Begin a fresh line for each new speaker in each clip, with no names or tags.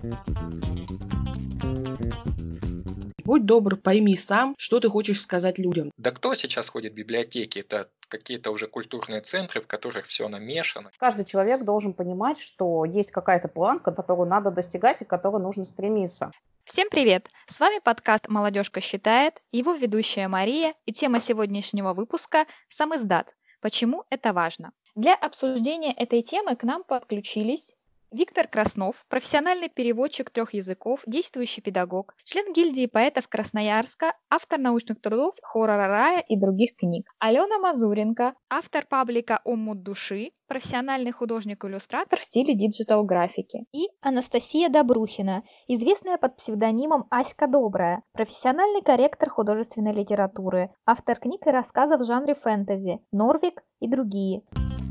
Будь добр, пойми сам, что ты хочешь сказать людям.
Да кто сейчас ходит в библиотеки? Это какие-то уже культурные центры, в которых все намешано.
Каждый человек должен понимать, что есть какая-то планка, которую надо достигать и к которой нужно стремиться.
Всем привет! С вами подкаст «Молодежка считает», его ведущая Мария и тема сегодняшнего выпуска «Сам издат. Почему это важно?». Для обсуждения этой темы к нам подключились Виктор Краснов, профессиональный переводчик 3 языков, действующий педагог, член гильдии поэтов Красноярска, автор научных трудов «Хоррора рая» и других книг. Алена Мазуренко, автор паблика «Омут души», профессиональный художник-иллюстратор в стиле диджитал-графики. И Анастасия Добрухина, известная под псевдонимом Аська Добрая, профессиональный корректор художественной литературы, автор книг и рассказов в жанре фэнтези, Норвик и другие.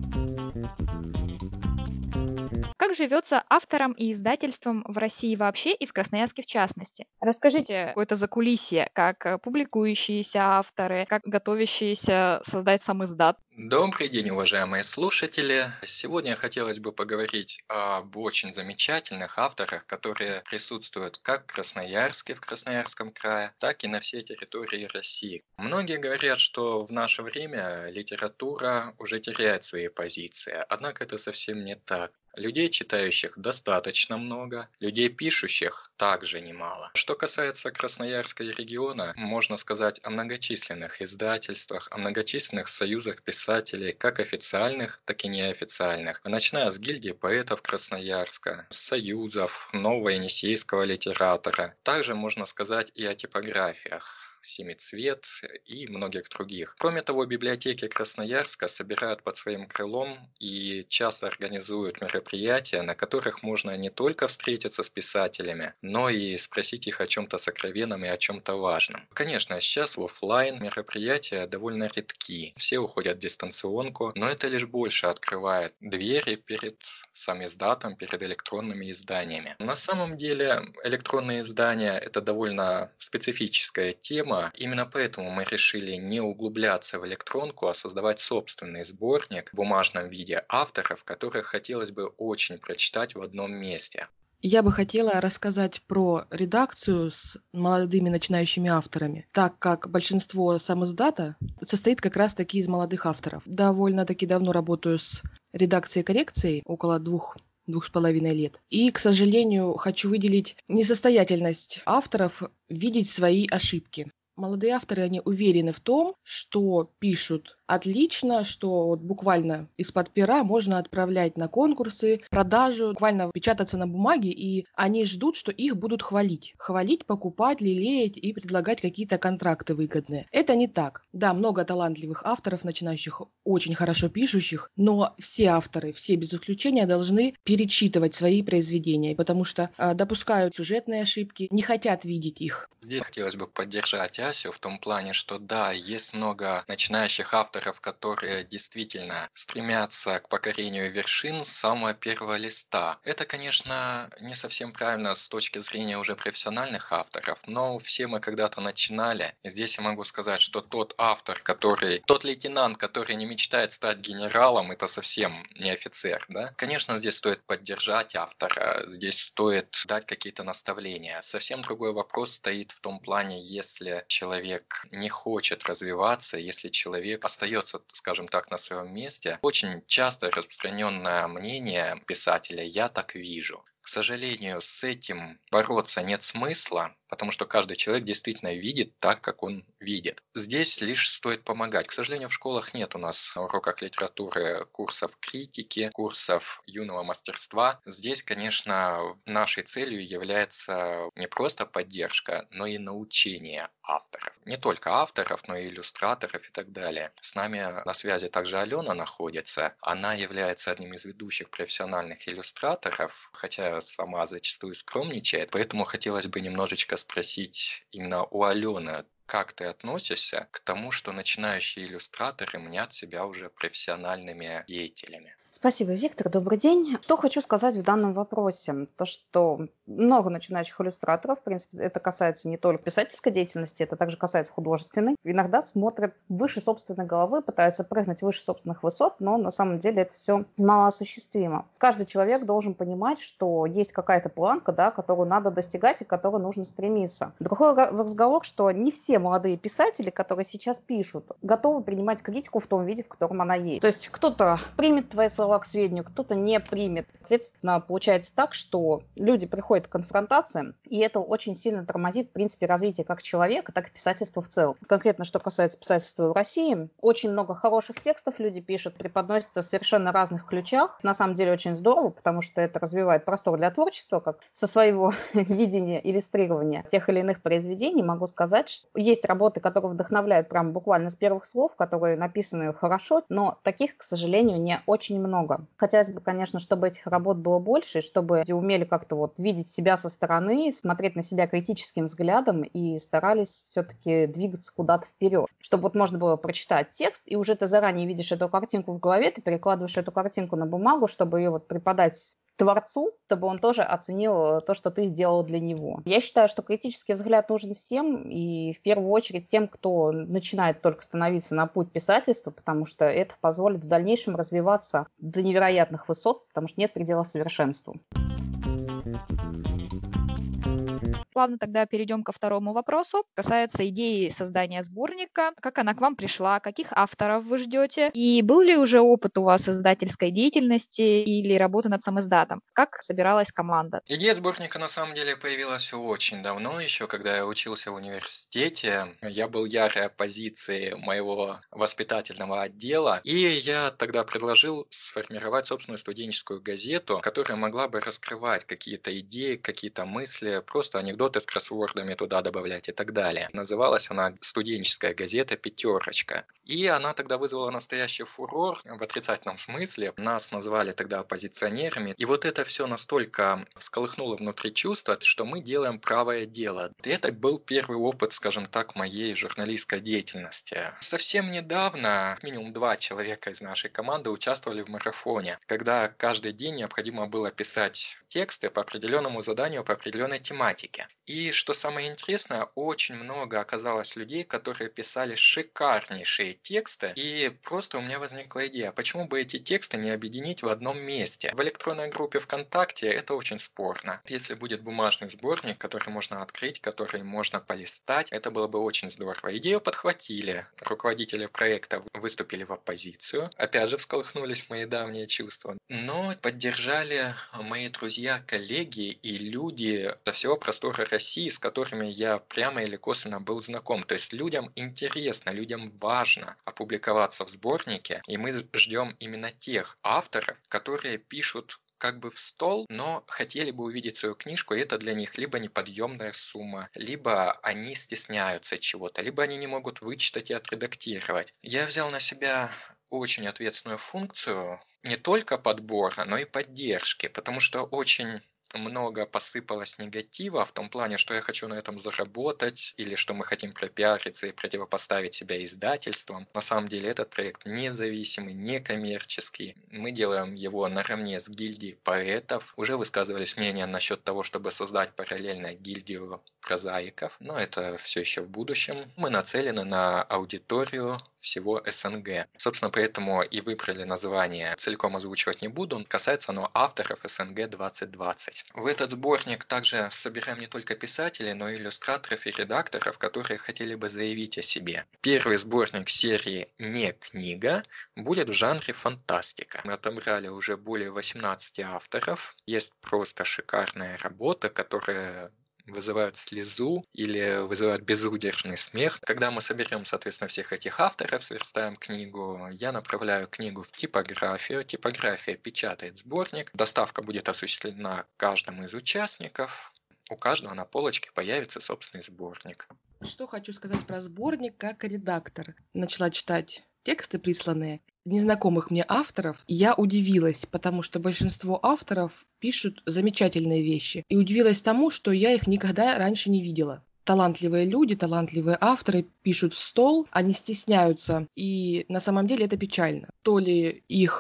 Как живется авторам и издательствам в России вообще и в Красноярске в частности? Расскажите какое-то закулисье, как публикующиеся авторы, как готовящиеся создать сам издат.
Добрый день, уважаемые слушатели! Сегодня хотелось бы поговорить об очень замечательных авторах, которые присутствуют как в Красноярске, в Красноярском крае, так и на всей территории России. Многие говорят, что в наше время литература уже теряет свои позиции, однако это совсем не так. Людей, читающих, достаточно много, людей, пишущих, также немало. Что касается Красноярска и региона, можно сказать о многочисленных издательствах, о многочисленных союзах писателей, как официальных, так и неофициальных, начиная с гильдии поэтов Красноярска, союзов, нового енисейского литератора. Также можно сказать и о типографиях. Семицвет и многих других. Кроме того, библиотеки Красноярска собирают под своим крылом и часто организуют мероприятия, на которых можно не только встретиться с писателями, но и спросить их о чем-то сокровенном и о чем-то важном. Конечно, сейчас в офлайн мероприятия довольно редки. Все уходят в дистанционку, но это лишь больше открывает двери перед самиздатом, перед электронными изданиями. На самом деле электронные издания – это довольно специфическая тема. Именно поэтому мы решили не углубляться в электронку, а создавать собственный сборник в бумажном виде авторов, которых хотелось бы очень прочитать в одном месте.
Я бы хотела рассказать про редакцию с молодыми начинающими авторами, так как большинство самиздата состоит как раз-таки из молодых авторов. Довольно-таки давно работаю с редакцией коррекцией, около 2-2,5 лет. И, к сожалению, хочу выделить несостоятельность авторов видеть свои ошибки. Молодые авторы, они уверены в том, что пишут отлично, что вот буквально из-под пера можно отправлять на конкурсы, продажу, буквально печататься на бумаге, и они ждут, что их будут хвалить. Хвалить, покупать, лелеять и предлагать какие-то контракты выгодные. Это не так. Да, много талантливых авторов, начинающих, очень хорошо пишущих, но все авторы, все без исключения, должны перечитывать свои произведения, потому что допускают сюжетные ошибки, не хотят видеть их.
Здесь хотелось бы поддержать Асю в том плане, что да, есть много начинающих авторов, которые действительно стремятся к покорению вершин с самого первого листа. Это, конечно, не совсем правильно с точки зрения уже профессиональных авторов, но все мы когда-то начинали. И здесь я могу сказать, что тот лейтенант, который не мечтает стать генералом, это совсем не офицер, да? Конечно, здесь стоит поддержать автора, здесь стоит дать какие-то наставления. Совсем другой вопрос стоит в том плане, если человек не хочет развиваться, если человек остается, скажем так, на своем месте. Очень часто распространенное мнение писателя «я так вижу». К сожалению, с этим бороться нет смысла, потому что каждый человек действительно видит так, как он видит. Здесь лишь стоит помогать. К сожалению, в школах нет у нас на уроках литературы курсов критики, курсов юного мастерства. Здесь, конечно, нашей целью является не просто поддержка, но и научение авторов. Не только авторов, но и иллюстраторов и так далее. С нами на связи также Алена находится. Она является одним из ведущих профессиональных иллюстраторов, хотя сама зачастую скромничает, поэтому хотелось бы немножечко спросить именно у Алены, как ты относишься к тому, что начинающие иллюстраторы мнят себя уже профессиональными деятелями?
Спасибо, Виктор. Добрый день. Что хочу сказать в данном вопросе? То, что много начинающих иллюстраторов, в принципе, это касается не только писательской деятельности, это также касается художественной. Иногда смотрят выше собственной головы, пытаются прыгнуть выше собственных высот, но на самом деле это все малоосуществимо. Каждый человек должен понимать, что есть какая-то планка, да, которую надо достигать и к которой нужно стремиться. Другой разговор, что не все молодые писатели, которые сейчас пишут, готовы принимать критику в том виде, в котором она есть. То есть кто-то примет твои слова к сведению, кто-то не примет. Соответственно, получается так, что люди приходят к конфронтациям, и это очень сильно тормозит, в принципе, развитие как человека, так и писательства в целом. Конкретно, что касается писательства в России, очень много хороших текстов люди пишут, преподносятся в совершенно разных ключах. На самом деле очень здорово, потому что это развивает простор для творчества, как со своего видения иллюстрирования тех или иных произведений могу сказать, что есть работы, которые вдохновляют прям буквально с первых слов, которые написаны хорошо, но таких, к сожалению, не очень много. Хотелось бы, конечно, чтобы этих работ было больше, чтобы люди умели как-то вот видеть себя со стороны, смотреть на себя критическим взглядом и старались все-таки двигаться куда-то вперед. Чтобы вот можно было прочитать текст, и уже ты заранее видишь эту картинку в голове, ты перекладываешь эту картинку на бумагу, чтобы ее вот преподать творцу, чтобы он тоже оценил то, что ты сделал для него. Я считаю, что критический взгляд нужен всем, и в первую очередь тем, кто начинает только становиться на путь писательства, потому что это позволит в дальнейшем развиваться до невероятных высот, потому что нет предела совершенству.
Плавно тогда перейдем ко второму вопросу. Касается идеи создания сборника. Как она к вам пришла? Каких авторов вы ждете? И был ли уже опыт у вас издательской деятельности или работы над самиздатом? Как собиралась команда?
Идея сборника на самом деле появилась очень давно, еще когда я учился в университете. Я был ярой оппозицией моего воспитательного отдела, и я тогда предложил сформировать собственную студенческую газету, которая могла бы раскрывать какие-то идеи, какие-то мысли, просто анекдоты с кроссвордами туда добавлять и так далее. Называлась она «Студенческая газета «Пятерочка». И она тогда вызвала настоящий фурор в отрицательном смысле. Нас назвали тогда оппозиционерами. И вот это все настолько всколыхнуло внутри чувства, что мы делаем правое дело. И это был первый опыт, скажем так, моей журналистской деятельности. Совсем недавно минимум 2 человека из нашей команды участвовали в марафоне, когда каждый день необходимо было писать тексты по определенному заданию, по определенной тематике. И что самое интересное, очень много оказалось людей, которые писали шикарнейшие тексты. И просто у меня возникла идея, почему бы эти тексты не объединить в одном месте? В электронной группе ВКонтакте это очень спорно. Если будет бумажный сборник, который можно открыть, который можно полистать, это было бы очень здорово. Идею подхватили. Руководители проекта выступили в оппозицию. Опять же всколыхнулись мои давние чувства. Но поддержали мои друзья, коллеги и люди со всего простора России, с которыми я прямо или косвенно был знаком. То есть людям интересно, людям важно опубликоваться в сборнике, и мы ждем именно тех авторов, которые пишут как бы в стол, но хотели бы увидеть свою книжку, и это для них либо неподъемная сумма, либо они стесняются чего-то, либо они не могут вычитать и отредактировать. Я взял на себя очень ответственную функцию не только подбора, но и поддержки, потому что очень много посыпалось негатива в том плане, что я хочу на этом заработать, или что мы хотим пропиариться и противопоставить себя издательствам. На самом деле этот проект независимый, некоммерческий. Мы делаем его наравне с гильдией поэтов. Уже высказывались мнения насчет того, чтобы создать параллельно гильдию прозаиков, но это все еще в будущем. Мы нацелены на аудиторию всего СНГ. Собственно, поэтому и выбрали название. Целиком озвучивать не буду. Касается оно авторов СНГ 2020. В этот сборник также собираем не только писателей, но и иллюстраторов и редакторов, которые хотели бы заявить о себе. Первый сборник серии «Не книга» будет в жанре фантастика. Мы отобрали уже более 18 авторов. Есть просто шикарная работа, которая вызывают слезу или вызывают безудержный смех. Когда мы соберем, соответственно, всех этих авторов, сверстаем книгу, я направляю книгу в типографию. Типография печатает сборник. Доставка будет осуществлена каждому из участников. У каждого на полочке появится собственный сборник.
Что хочу сказать про сборник как редактор. Начала читать тексты, присланные незнакомых мне авторов, и я удивилась, потому что большинство авторов пишут замечательные вещи. И удивилась тому, что я их никогда раньше не видела. Талантливые люди, талантливые авторы пишут в стол, они стесняются, и на самом деле это печально. То ли их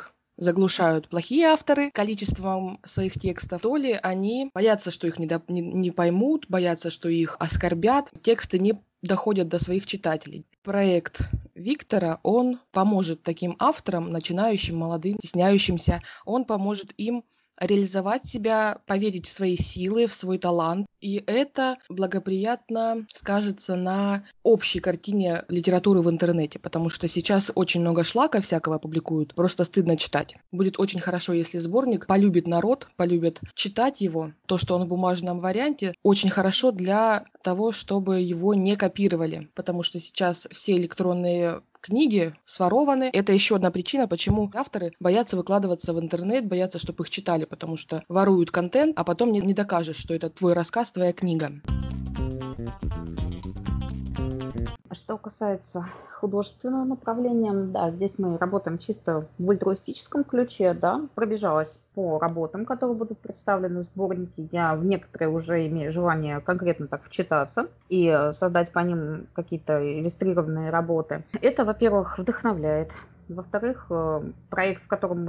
заглушают плохие авторы количеством своих текстов, то ли они боятся, что их не поймут, боятся, что их оскорбят, тексты не доходят до своих читателей. Проект Виктора, он поможет таким авторам, начинающим, молодым, стесняющимся, он поможет им реализовать себя, поверить в свои силы, в свой талант. И это благоприятно скажется на общей картине литературы в интернете, потому что сейчас очень много шлака всякого публикуют, просто стыдно читать. Будет очень хорошо, если сборник полюбит народ, полюбит читать его. То, что он в бумажном варианте, очень хорошо для того, чтобы его не копировали, потому что сейчас все электронные книги сворованы. Это еще одна причина, почему авторы боятся выкладываться в интернет, боятся, чтобы их читали, потому что воруют контент, а потом не докажешь, что это твой рассказ, твоя книга.
Что касается художественного направления, да, здесь мы работаем чисто в альтруистическом ключе, да, пробежалась по работам, которые будут представлены в сборнике. Я в некоторые уже имею желание конкретно так вчитаться и создать по ним какие-то иллюстрированные работы. Это, во-первых, вдохновляет. Во-вторых, проект,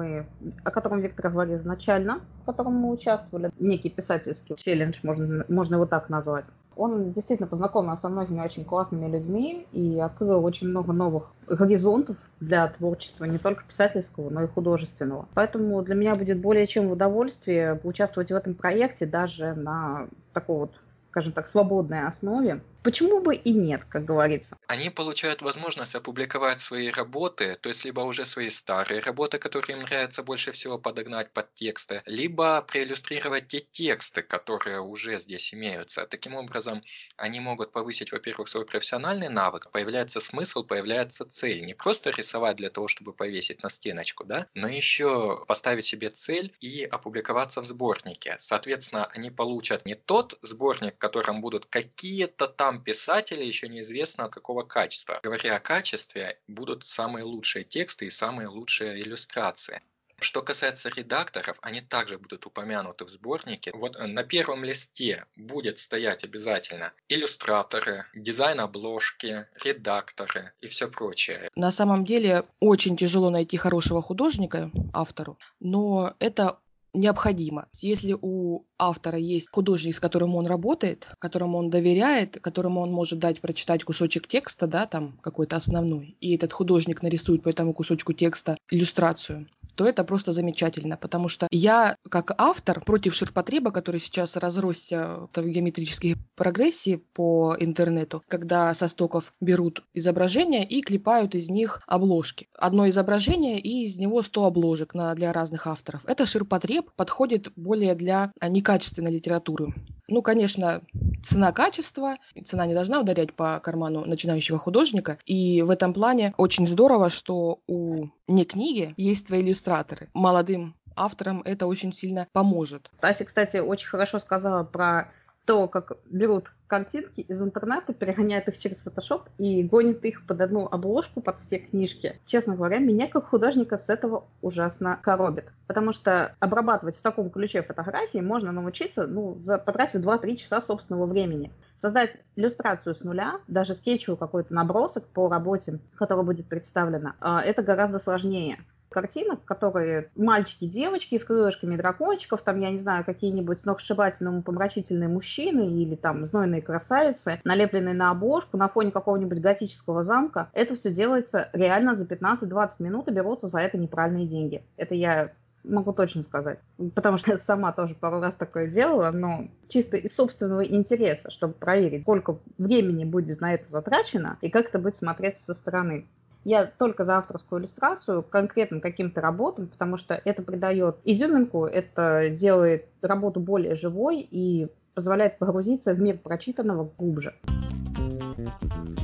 о котором Виктор говорил изначально, в котором мы участвовали, некий писательский челлендж, можно его так назвать, он действительно познакомил со многими очень классными людьми и открыл очень много новых горизонтов для творчества, не только писательского, но и художественного. Поэтому для меня будет более чем в удовольствие поучаствовать в этом проекте даже на такой вот, скажем так, свободной основе. Почему бы и нет, как говорится.
Они получают возможность опубликовать свои работы, то есть либо уже свои старые работы, которые им нравится больше всего подогнать под тексты, либо проиллюстрировать те тексты, которые уже здесь имеются. Таким образом, они могут повысить, во-первых, свой профессиональный навык, появляется смысл, появляется цель. Не просто рисовать для того, чтобы повесить на стеночку, да, но еще поставить себе цель и опубликоваться в сборнике. Соответственно, они получат не тот сборник, в котором будут какие-то там писатели, еще неизвестно какого качества. Говоря о качестве, будут самые лучшие тексты и самые лучшие иллюстрации. Что касается редакторов, они также будут упомянуты в сборнике. Вот на первом листе будет стоять обязательно иллюстраторы, дизайн обложки, редакторы и все прочее.
На самом деле очень тяжело найти хорошего художника, автору, но это необходимо. Если у автора есть художник, с которым он работает, которому он доверяет, которому он может дать прочитать кусочек текста, да, там какой-то основной, и этот художник нарисует по этому кусочку текста иллюстрацию, то это просто замечательно, потому что я, как автор, против ширпотреба, который сейчас разросся в геометрической прогрессии по интернету, когда со стоков берут изображения и клепают из них обложки. Одно изображение, и из него 100 обложек для разных авторов. Это ширпотреб, подходит более для некачественной литературы. Ну, конечно, цена-качество, цена не должна ударять по карману начинающего художника, и в этом плане очень здорово, что у не книги есть свои иллюстраторы. Молодым авторам это очень сильно поможет.
Ася, кстати, очень хорошо сказала про то, как берут картинки из интернета, перегоняют их через Photoshop и гонят их под одну обложку, под все книжки. Честно говоря, меня как художника с этого ужасно коробит. Потому что обрабатывать в таком ключе фотографии можно научиться, потратив 2-3 часа собственного времени. Создать иллюстрацию с нуля, даже скетчевый какой-то набросок по работе, которая будет представлена, это гораздо сложнее. Картинок, которые мальчики, девочки с крылышками дракончиков, там, я не знаю, какие-нибудь сногсшибательные помрачительные мужчины или там знойные красавицы, налепленные на обложку на фоне какого-нибудь готического замка. Это все делается реально за 15-20 минут и берутся за это неправильные деньги. Это я могу точно сказать, потому что я сама тоже пару раз такое делала, но чисто из собственного интереса, чтобы проверить, сколько времени будет на это затрачено и как это будет смотреться со стороны. Я только за авторскую иллюстрацию к конкретным каким-то работам, потому что это придает изюминку, это делает работу более живой и позволяет погрузиться в мир прочитанного глубже.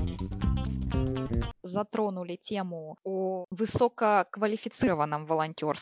Затронули тему о высококвалифицированном волонтерстве.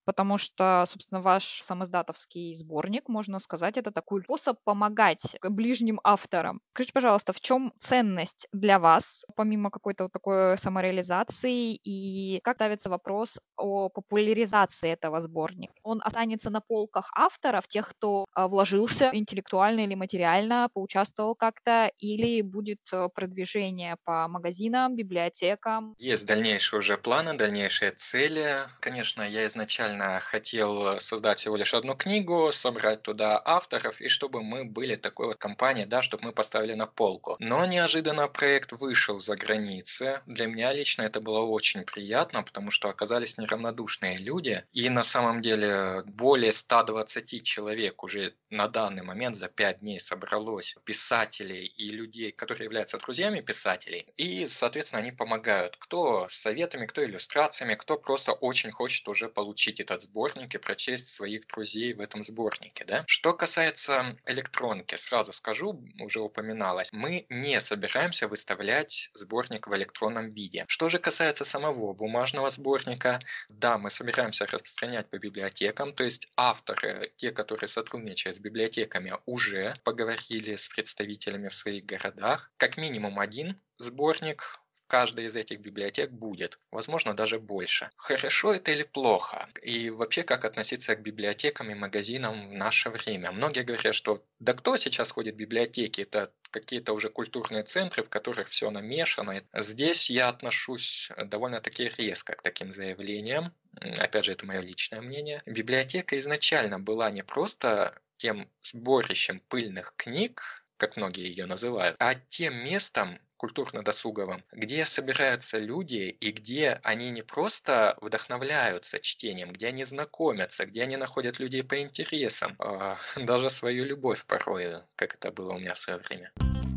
потому что, собственно, ваш самоиздатовский сборник, можно сказать, это такой способ помогать ближним авторам. Скажите, пожалуйста, в чем ценность для вас, помимо какой-то вот такой самореализации, и как ставится вопрос о популяризации этого сборника? Он останется на полках авторов, тех, кто вложился интеллектуально или материально, поучаствовал как-то, или будет продвижение по магазинам, библиотекам?
Есть дальнейшие уже планы, дальнейшие цели. Конечно, я изначально хотел создать всего лишь одну книгу, собрать туда авторов, и чтобы мы были такой вот компанией, да, чтобы мы поставили на полку. Но неожиданно проект вышел за границы. Для меня лично это было очень приятно, потому что оказались неравнодушные люди. И на самом деле более 120 человек уже на данный момент за 5 дней собралось писателей и людей, которые являются друзьями писателей. И, соответственно, они помогают. Кто советами, кто иллюстрациями, кто просто очень хочет уже получить этот сборник и прочесть своих друзей в этом сборнике. Да? Что касается электронки, сразу скажу, уже упоминалось, мы не собираемся выставлять сборник в электронном виде. Что же касается самого бумажного сборника, да, мы собираемся распространять по библиотекам, то есть авторы, те, которые сотрудничают с библиотеками, уже поговорили с представителями в своих городах. Как минимум один сборник в каждой из этих библиотек будет, возможно, даже больше. Хорошо это или плохо? И вообще, как относиться к библиотекам и магазинам в наше время? Многие говорят, что да кто сейчас ходит в библиотеки? Это какие-то уже культурные центры, в которых все намешано. Здесь я отношусь довольно-таки резко к таким заявлениям. Опять же, это мое личное мнение. Библиотека изначально была не просто тем сборищем пыльных книг, как многие ее называют, а тем местом культурно-досуговым, где собираются люди и где они не просто вдохновляются чтением, где они знакомятся, где они находят людей по интересам, даже свою любовь порой, как это было у меня в свое время.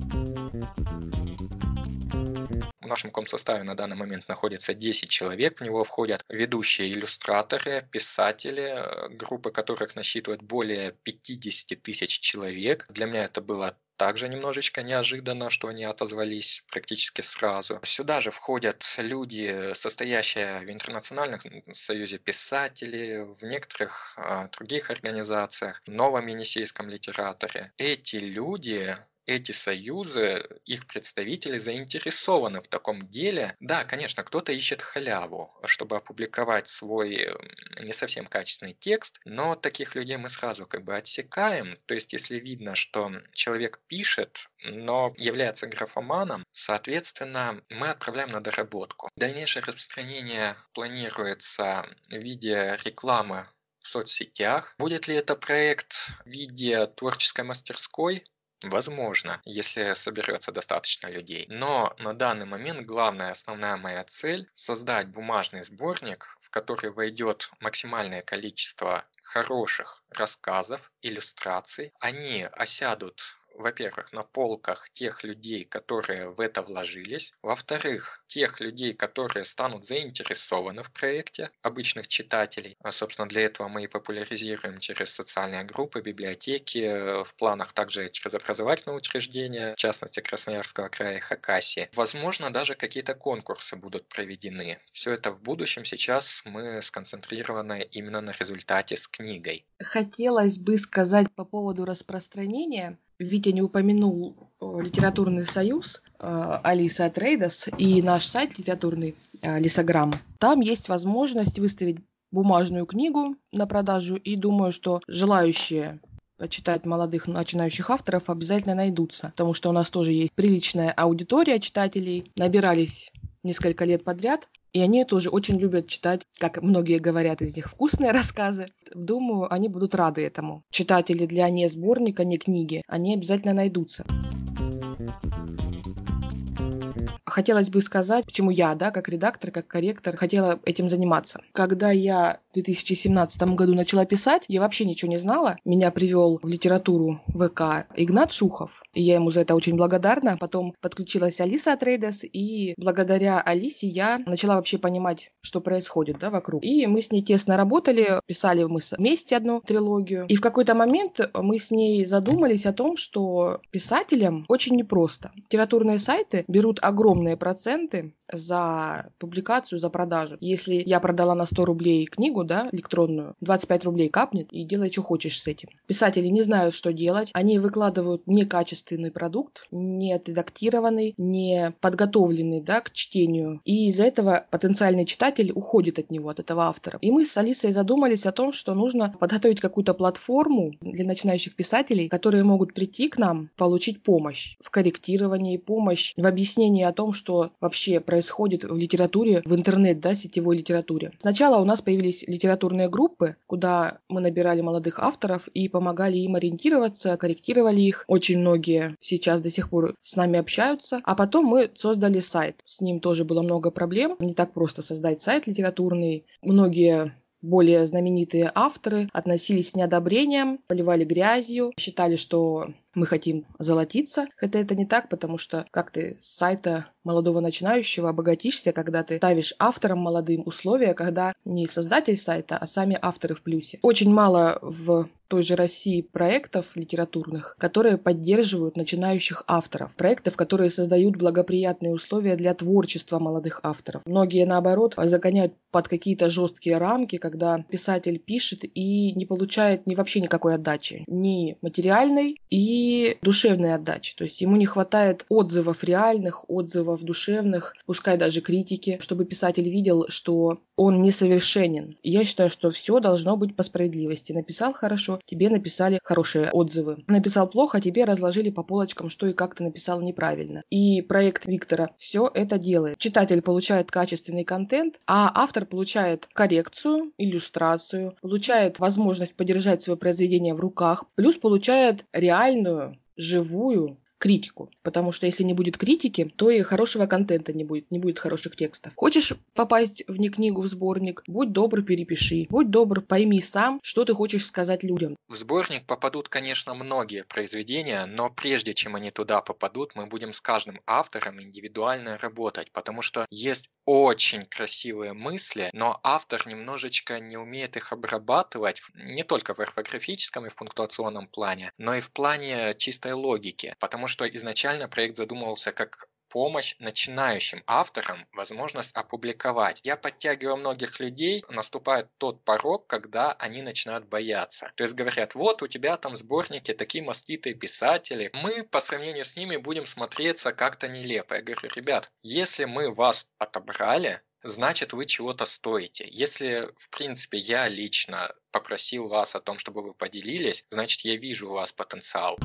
В нашем комсоставе на данный момент находится 10 человек, в него входят ведущие иллюстраторы, писатели, группы которых насчитывает более 50 тысяч человек. Для меня это было также немножечко неожиданно, что они отозвались практически сразу. Сюда же входят люди, состоящие в Интернациональном союзе писателей, в некоторых других организациях, в Новом Енисейском литераторе. Эти люди, эти союзы, их представители заинтересованы в таком деле. Да, конечно, кто-то ищет халяву, чтобы опубликовать свой не совсем качественный текст, но таких людей мы сразу как бы отсекаем. То есть, если видно, что человек пишет, но является графоманом, соответственно, мы отправляем на доработку. Дальнейшее распространение планируется в виде рекламы в соцсетях. Будет ли это проект в виде творческой мастерской? Возможно, если соберется достаточно людей. Но на данный момент главная, основная моя цель — создать бумажный сборник, в который войдет максимальное количество хороших рассказов, иллюстраций. Они осядут, во-первых, на полках тех людей, которые в это вложились. Во-вторых, тех людей, которые станут заинтересованы в проекте, обычных читателей. А, собственно, для этого мы и популяризируем через социальные группы, библиотеки, в планах также через образовательные учреждения, в частности, Красноярского края и Хакасии. Возможно, даже какие-то конкурсы будут проведены. Все это в будущем. Сейчас мы сконцентрированы именно на результате с книгой.
Хотелось бы сказать по поводу распространения. Витя не упомянул литературный союз Алиса Трейдас и наш сайт литературный Лисограмм. Там есть возможность выставить бумажную книгу на продажу, и думаю, что желающие читать молодых начинающих авторов обязательно найдутся, потому что у нас тоже есть приличная аудитория читателей, набирались несколько лет подряд. И они тоже очень любят читать, как многие говорят из них, вкусные рассказы. Думаю, они будут рады этому. Читатели для не сборника, не книги, они обязательно найдутся. Хотелось бы сказать, почему я, как редактор, как корректор, хотела этим заниматься. Когда я в 2017 году начала писать, я вообще ничего не знала. Меня привел в литературу ВК Игнат Шухов, и я ему за это очень благодарна. Потом подключилась Алиса Трейдас, и благодаря Алисе я начала вообще понимать, что происходит вокруг. И мы с ней тесно работали, писали мы вместе одну трилогию. И в какой-то момент мы с ней задумались о том, что писателям очень непросто. Литературные сайты берут огромные проценты за публикацию, за продажу. Если я продала на 100 рублей книгу, да, электронную, 25 рублей капнет, и делай, что хочешь с этим. Писатели не знают, что делать. Они выкладывают некачественный продукт, не отредактированный, не подготовленный, да, к чтению. И из-за этого потенциальный читатель уходит от него, от этого автора. И мы с Алисой задумались о том, что нужно подготовить какую-то платформу для начинающих писателей, которые могут прийти к нам, получить помощь в корректировании, помощь в объяснении о том, что вообще происходит в литературе, в интернет, да, сетевой литературе. Сначала у нас появились литературные группы, куда мы набирали молодых авторов и помогали им ориентироваться, корректировали их. Очень многие сейчас до сих пор с нами общаются. А потом мы создали сайт. С ним тоже было много проблем. Не так просто создать сайт литературный. Многие более знаменитые авторы относились с неодобрением, поливали грязью, считали, что мы хотим золотиться. Хотя это не так, потому что как ты с сайта молодого начинающего обогатишься, когда ты ставишь авторам молодым условия, когда не создатель сайта, а сами авторы в плюсе. Очень мало в той же России проектов литературных, которые поддерживают начинающих авторов. Проектов, которые создают благоприятные условия для творчества молодых авторов. Многие, наоборот, загоняют под какие-то жесткие рамки, когда писатель пишет и не получает вообще никакой отдачи. Ни материальной и душевной отдачи. То есть ему не хватает отзывов реальных, отзывов душевных, пускай даже критики, чтобы писатель видел, что он несовершенен. И я считаю, что все должно быть по справедливости. Написал хорошо, тебе написали хорошие отзывы. Написал плохо, тебе разложили по полочкам, что и как ты написал неправильно. И проект Виктора все это делает. Читатель получает качественный контент, а автор получает коррекцию, иллюстрацию, получает возможность подержать свое произведение в руках, плюс получает реальную, живую критику. Потому что если не будет критики, то и хорошего контента не будет хороших текстов. Хочешь попасть в книгу, в сборник, будь добр, перепиши. Будь добр, пойми сам, что ты хочешь сказать людям.
В сборник попадут, конечно, многие произведения, но прежде чем они туда попадут, мы будем с каждым автором индивидуально работать, потому что есть очень красивые мысли, но автор немножечко не умеет их обрабатывать не только в орфографическом и в пунктуационном плане, но и в плане чистой логики, потому что изначально проект задумывался как помощь начинающим авторам, возможность опубликовать. Я подтягиваю многих людей, наступает тот порог, когда они начинают бояться. То есть говорят, вот у тебя там в сборнике такие маститые писатели, мы по сравнению с ними будем смотреться как-то нелепо. Я говорю, ребят, если мы вас отобрали, значит вы чего-то стоите. Если, в принципе, я лично попросил вас о том, чтобы вы поделились, значит я вижу у вас потенциал.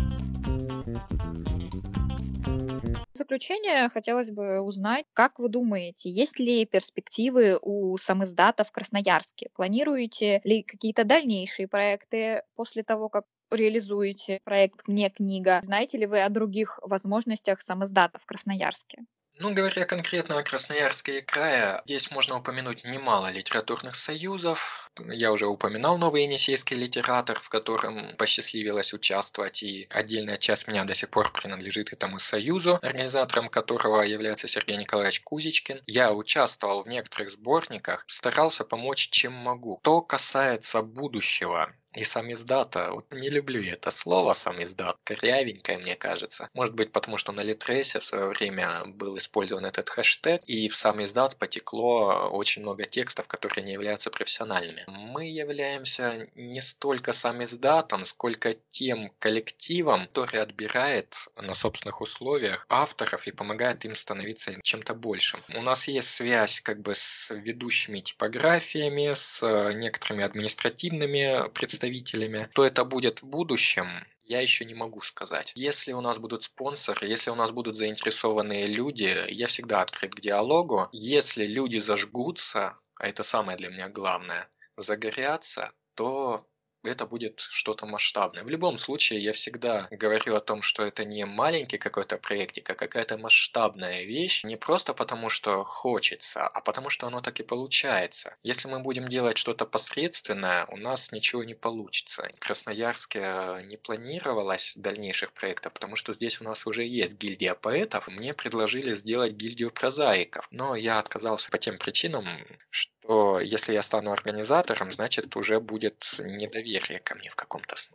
В заключение хотелось бы узнать, как вы думаете, есть ли перспективы у самиздата в Красноярске? Планируете ли какие-то дальнейшие проекты после того, как реализуете проект «Не книга»? Знаете ли вы о других возможностях самиздата в Красноярске?
Ну, говоря конкретно о Красноярске и крае, здесь можно упомянуть немало литературных союзов. Я уже упоминал Новый Енисейский литератор, в котором посчастливилось участвовать, и отдельная часть меня до сих пор принадлежит этому союзу, организатором которого является Сергей Николаевич Кузичкин. Я участвовал в некоторых сборниках, старался помочь чем могу. Что касается будущего и самиздата, вот не люблю я это слово самиздат, корявенькое, мне кажется. Может быть, потому что на Литресе в свое время был использован этот хэштег, и в самиздат потекло очень много текстов, которые не являются профессиональными. Мы являемся не столько самиздатом, сколько тем коллективом, который отбирает на собственных условиях авторов и помогает им становиться чем-то большим. У нас есть связь как бы с ведущими типографиями, с некоторыми административными представителями. Что это будет в будущем, я еще не могу сказать. Если у нас будут спонсоры, если у нас будут заинтересованные люди, я всегда открыт к диалогу. Если люди зажгутся, а это самое для меня главное, загорятся, то это будет что-то масштабное. В любом случае, я всегда говорю о том, что это не маленький какой-то проектик, а какая-то масштабная вещь. Не просто потому, что хочется, а потому, что оно так и получается. Если мы будем делать что-то посредственное, у нас ничего не получится. В Красноярске не планировалось дальнейших проектов, потому что здесь у нас уже есть гильдия поэтов. Мне предложили сделать гильдию прозаиков, но я отказался по тем причинам, что если я стану организатором, значит уже будет недоверие ко мне в каком-то смысле.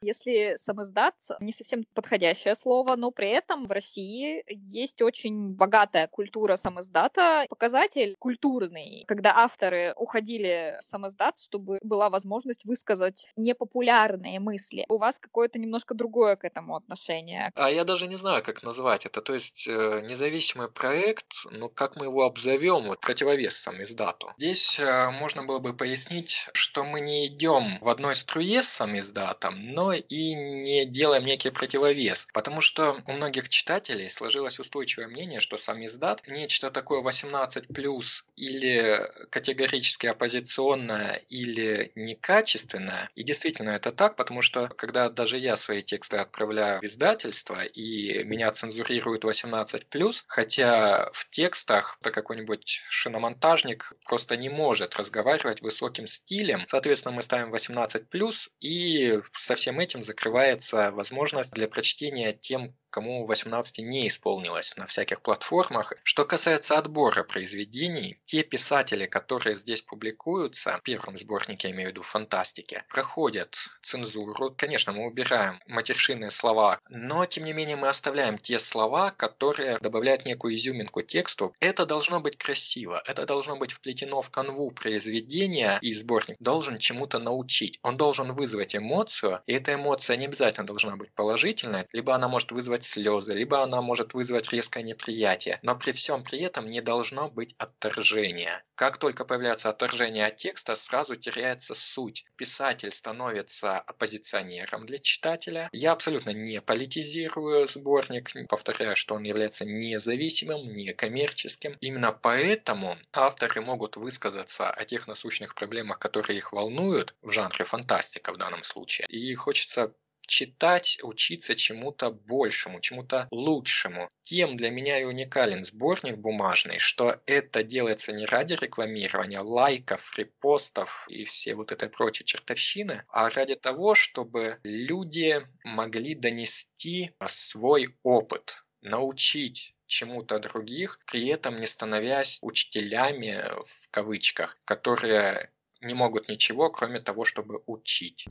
Если самиздат не совсем подходящее слово, но при этом в России есть очень богатая культура самиздата. Показатель культурный, когда авторы уходили в самиздат, чтобы была возможность высказать непопулярные мысли. У вас какое-то немножко другое к этому отношение.
А я даже не знаю, как назвать это. То есть независимый проект, ну как мы его обзовем, вот противовес самиздату. Здесь можно было бы пояснить, что мы не идем в одной струе с самиздатом, но и не делаем некий противовес. Потому что у многих читателей сложилось устойчивое мнение, что самиздат нечто такое 18+, или категорически оппозиционное, или некачественное. И действительно это так, потому что когда даже я свои тексты отправляю в издательство и меня цензурируют 18+, хотя в текстах какой-нибудь шиномонтажник просто не может разговаривать высоким стилем. Соответственно, мы ставим 18+, и со всем этим закрывается возможность для прочтения тем, кому 18 не исполнилось на всяких платформах. Что касается отбора произведений, те писатели, которые здесь публикуются, в первом сборнике, я имею в виду фантастики, проходят цензуру. Конечно, мы убираем матершинные слова, но тем не менее мы оставляем те слова, которые добавляют некую изюминку тексту. Это должно быть красиво, это должно быть вплетено в канву произведения, и сборник должен чему-то научить. Он должен вызвать эмоцию, и эта эмоция не обязательно должна быть положительной, либо она может вызвать слезы, либо она может вызвать резкое неприятие. Но при всем при этом не должно быть отторжения. Как только появляется отторжение от текста, сразу теряется суть. Писатель становится оппозиционером для читателя. Я абсолютно не политизирую сборник, повторяю, что он является независимым, некоммерческим. Именно поэтому авторы могут высказаться о тех насущных проблемах, которые их волнуют, в жанре фантастика в данном случае. И хочется читать, учиться чему-то большему, чему-то лучшему. Тем для меня и уникален сборник бумажный, что это делается не ради рекламирования, лайков, репостов и все вот этой прочей чертовщины, а ради того, чтобы люди могли донести свой опыт, научить чему-то других, при этом не становясь учителями, в кавычках, которые не могут ничего, кроме того, чтобы учить.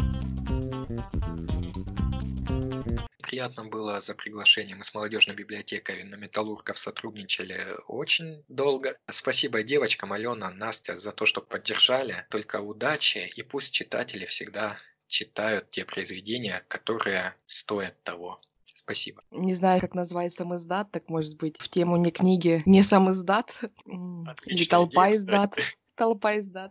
Приятно было за приглашение. Мы с молодежной библиотекой на Металлургов сотрудничали очень долго. Спасибо девочкам, Алена, Настя, за то, что поддержали. Только удачи, и пусть читатели всегда читают те произведения, которые стоят того. Спасибо.
Не знаю, как назвать самиздат, так может быть в тему не книги, не самиздат или
Отличная
толпа
идея,
издат.
кстати.
Толпа издат.